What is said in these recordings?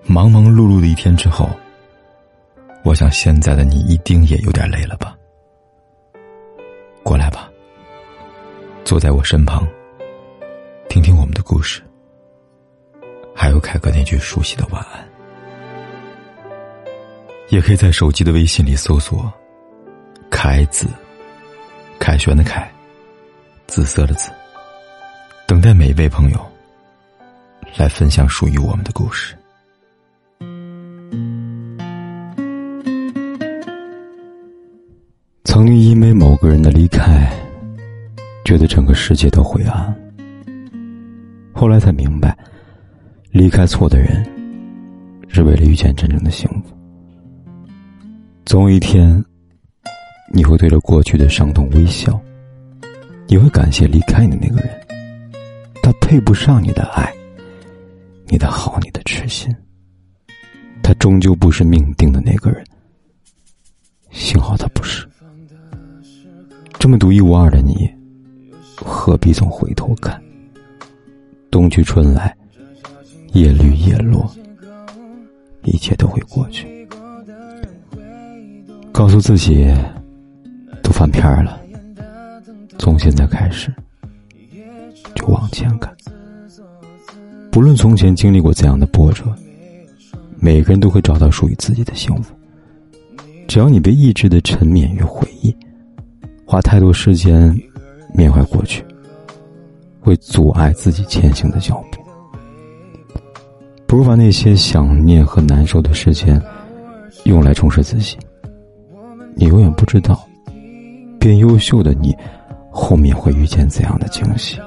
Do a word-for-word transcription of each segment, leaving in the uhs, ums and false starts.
忙忙碌碌的一天之后，我想现在的你一定也有点累了吧。过来吧，坐在我身旁，听听我们的故事，还有凯哥那句熟悉的晚安。也可以在手机的微信里搜索凯子，凯旋的凯，紫色的紫，等待每一位朋友来分享属于我们的故事。曾经因为某个人的离开，觉得整个世界都灰暗，后来才明白，离开错的人是为了遇见真正的幸福。总有一天，你会对着过去的伤痛微笑，你会感谢离开你那个人，他配不上你的爱，你的好，你的痴心，他终究不是命定的那个人，幸好他不是。这么独一无二的你，何必总回头看？冬去春来，叶绿叶落，一切都会过去。告诉自己，都翻篇了，从现在开始就往前看。不论从前经历过怎样的波折，每个人都会找到属于自己的幸福。只要你被抑制的沉湎于回忆，花太多时间缅怀过去，会阻碍自己前行的脚步。不如把那些想念和难受的时间用来充实自己。你永远不知道，变优秀的你后面会遇见怎样的惊喜。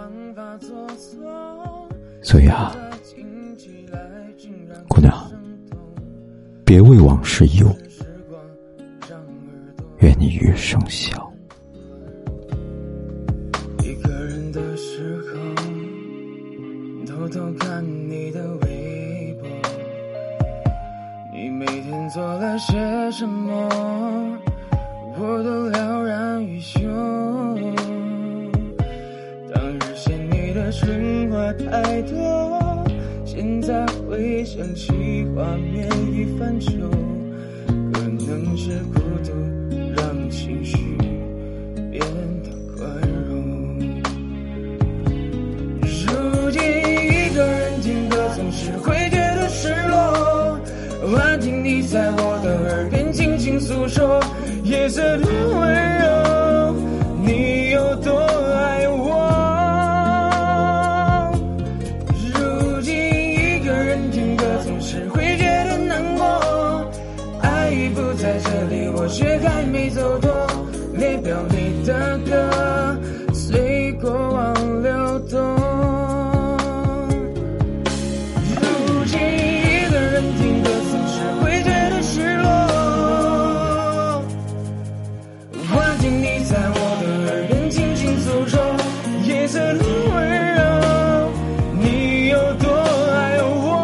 所以啊，姑娘，别为往事忧，愿你余生笑。 一个人的时候，偷偷看你的微博，你每天做了些什么，我都了然于胸。当日嫌你的蠢话太多，现在回想起画面已泛旧，可能是孤独让情绪变得宽容。如今一个人听歌总是会觉得失落，幻听你在我的耳边轻轻诉说，夜色的温柔，你有多爱我。如今一个人听歌总是会觉得难过，爱已不在这里，我却还没走脱。列表里的歌随过往流动。如今一个人听歌总是会觉得失落，幻听你在我的耳边轻轻诉说，夜色的温柔，你有多爱我。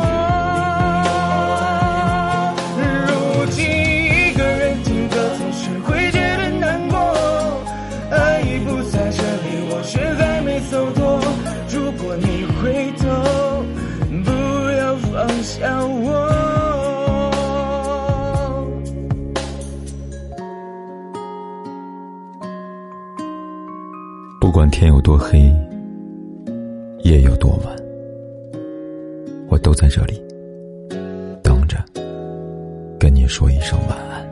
如今一个人听歌总是会觉得难过，爱已不在这里，我却还没走脱。如果你回头，不要放下我。 不管天有多黑，夜有多晚，我都在这里等着跟你说一声晚安。